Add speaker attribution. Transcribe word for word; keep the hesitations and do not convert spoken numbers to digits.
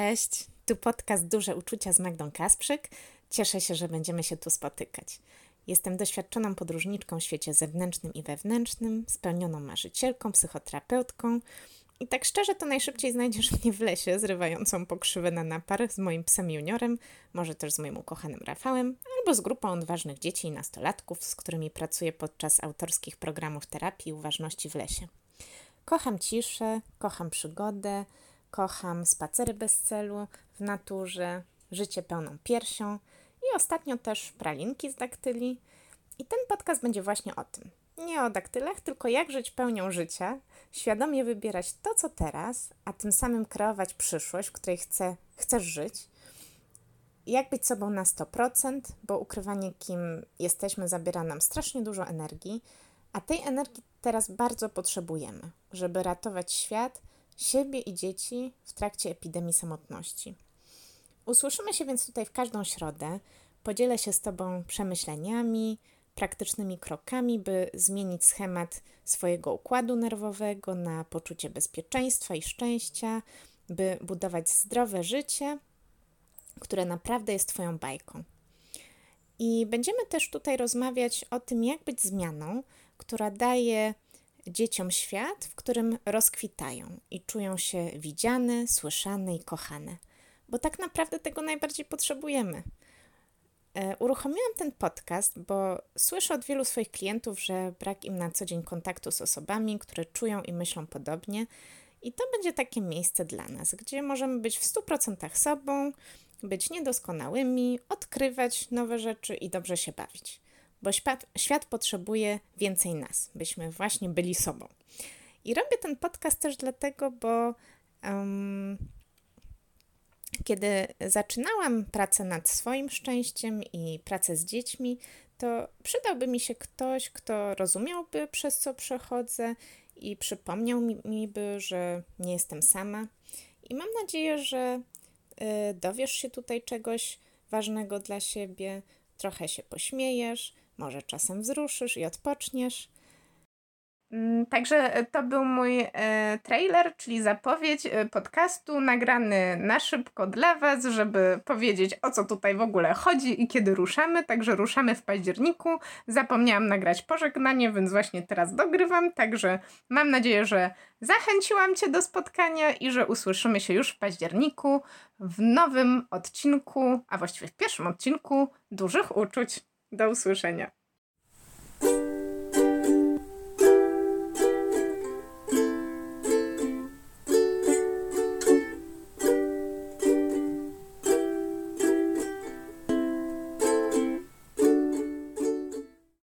Speaker 1: Cześć, tu podcast Duże Uczucia z Magdą Kasprzyk. Cieszę się, że będziemy się tu spotykać. Jestem doświadczoną podróżniczką w świecie zewnętrznym i wewnętrznym, spełnioną marzycielką, psychoterapeutką i tak szczerze to najszybciej znajdziesz mnie w lesie, zrywającą pokrzywę na napar z moim psem Juniorem, może też z moim ukochanym Rafałem, albo z grupą odważnych dzieci i nastolatków, z którymi pracuję podczas autorskich programów terapii i uważności w lesie. Kocham ciszę, kocham przygodę, kocham spacery bez celu, w naturze, życie pełną piersią i ostatnio też pralinki z daktyli. I ten podcast będzie właśnie o tym. Nie o daktylach, tylko jak żyć pełnią życia, świadomie wybierać to, co teraz, a tym samym kreować przyszłość, w której chcę, chcesz żyć. Jak być sobą na sto procent, bo ukrywanie, kim jesteśmy, zabiera nam strasznie dużo energii, a tej energii teraz bardzo potrzebujemy, żeby ratować świat, siebie i dzieci w trakcie epidemii samotności. Usłyszymy się więc tutaj w każdą środę. Podzielę się z Tobą przemyśleniami, praktycznymi krokami, by zmienić schemat swojego układu nerwowego na poczucie bezpieczeństwa i szczęścia, by budować zdrowe życie, które naprawdę jest Twoją bajką. I będziemy też tutaj rozmawiać o tym, jak być zmianą, która daje dzieciom świat, w którym rozkwitają i czują się widziane, słyszane i kochane. Bo tak naprawdę tego najbardziej potrzebujemy. E, uruchomiłam ten podcast, bo słyszę od wielu swoich klientów, że brak im na co dzień kontaktu z osobami, które czują i myślą podobnie. I to będzie takie miejsce dla nas, gdzie możemy być w stu procentach sobą, być niedoskonałymi, odkrywać nowe rzeczy i dobrze się bawić. Bo świat, świat potrzebuje więcej nas, byśmy właśnie byli sobą. I robię ten podcast też dlatego, bo um, kiedy zaczynałam pracę nad swoim szczęściem i pracę z dziećmi, to przydałby mi się ktoś, kto rozumiałby, przez co przechodzę i przypomniał mi, mi by, że nie jestem sama. I mam nadzieję, że y, dowiesz się tutaj czegoś ważnego dla siebie, trochę się pośmiejesz, może czasem wzruszysz i odpoczniesz. Także to był mój e, trailer, czyli zapowiedź e, podcastu nagrany na szybko dla Was, żeby powiedzieć, o co tutaj w ogóle chodzi i kiedy ruszamy. Także ruszamy w październiku. Zapomniałam nagrać pożegnanie, więc właśnie teraz dogrywam. Także mam nadzieję, że zachęciłam Cię do spotkania i że usłyszymy się już w październiku w nowym odcinku, a właściwie w pierwszym odcinku Dużych Uczuć. Do usłyszenia.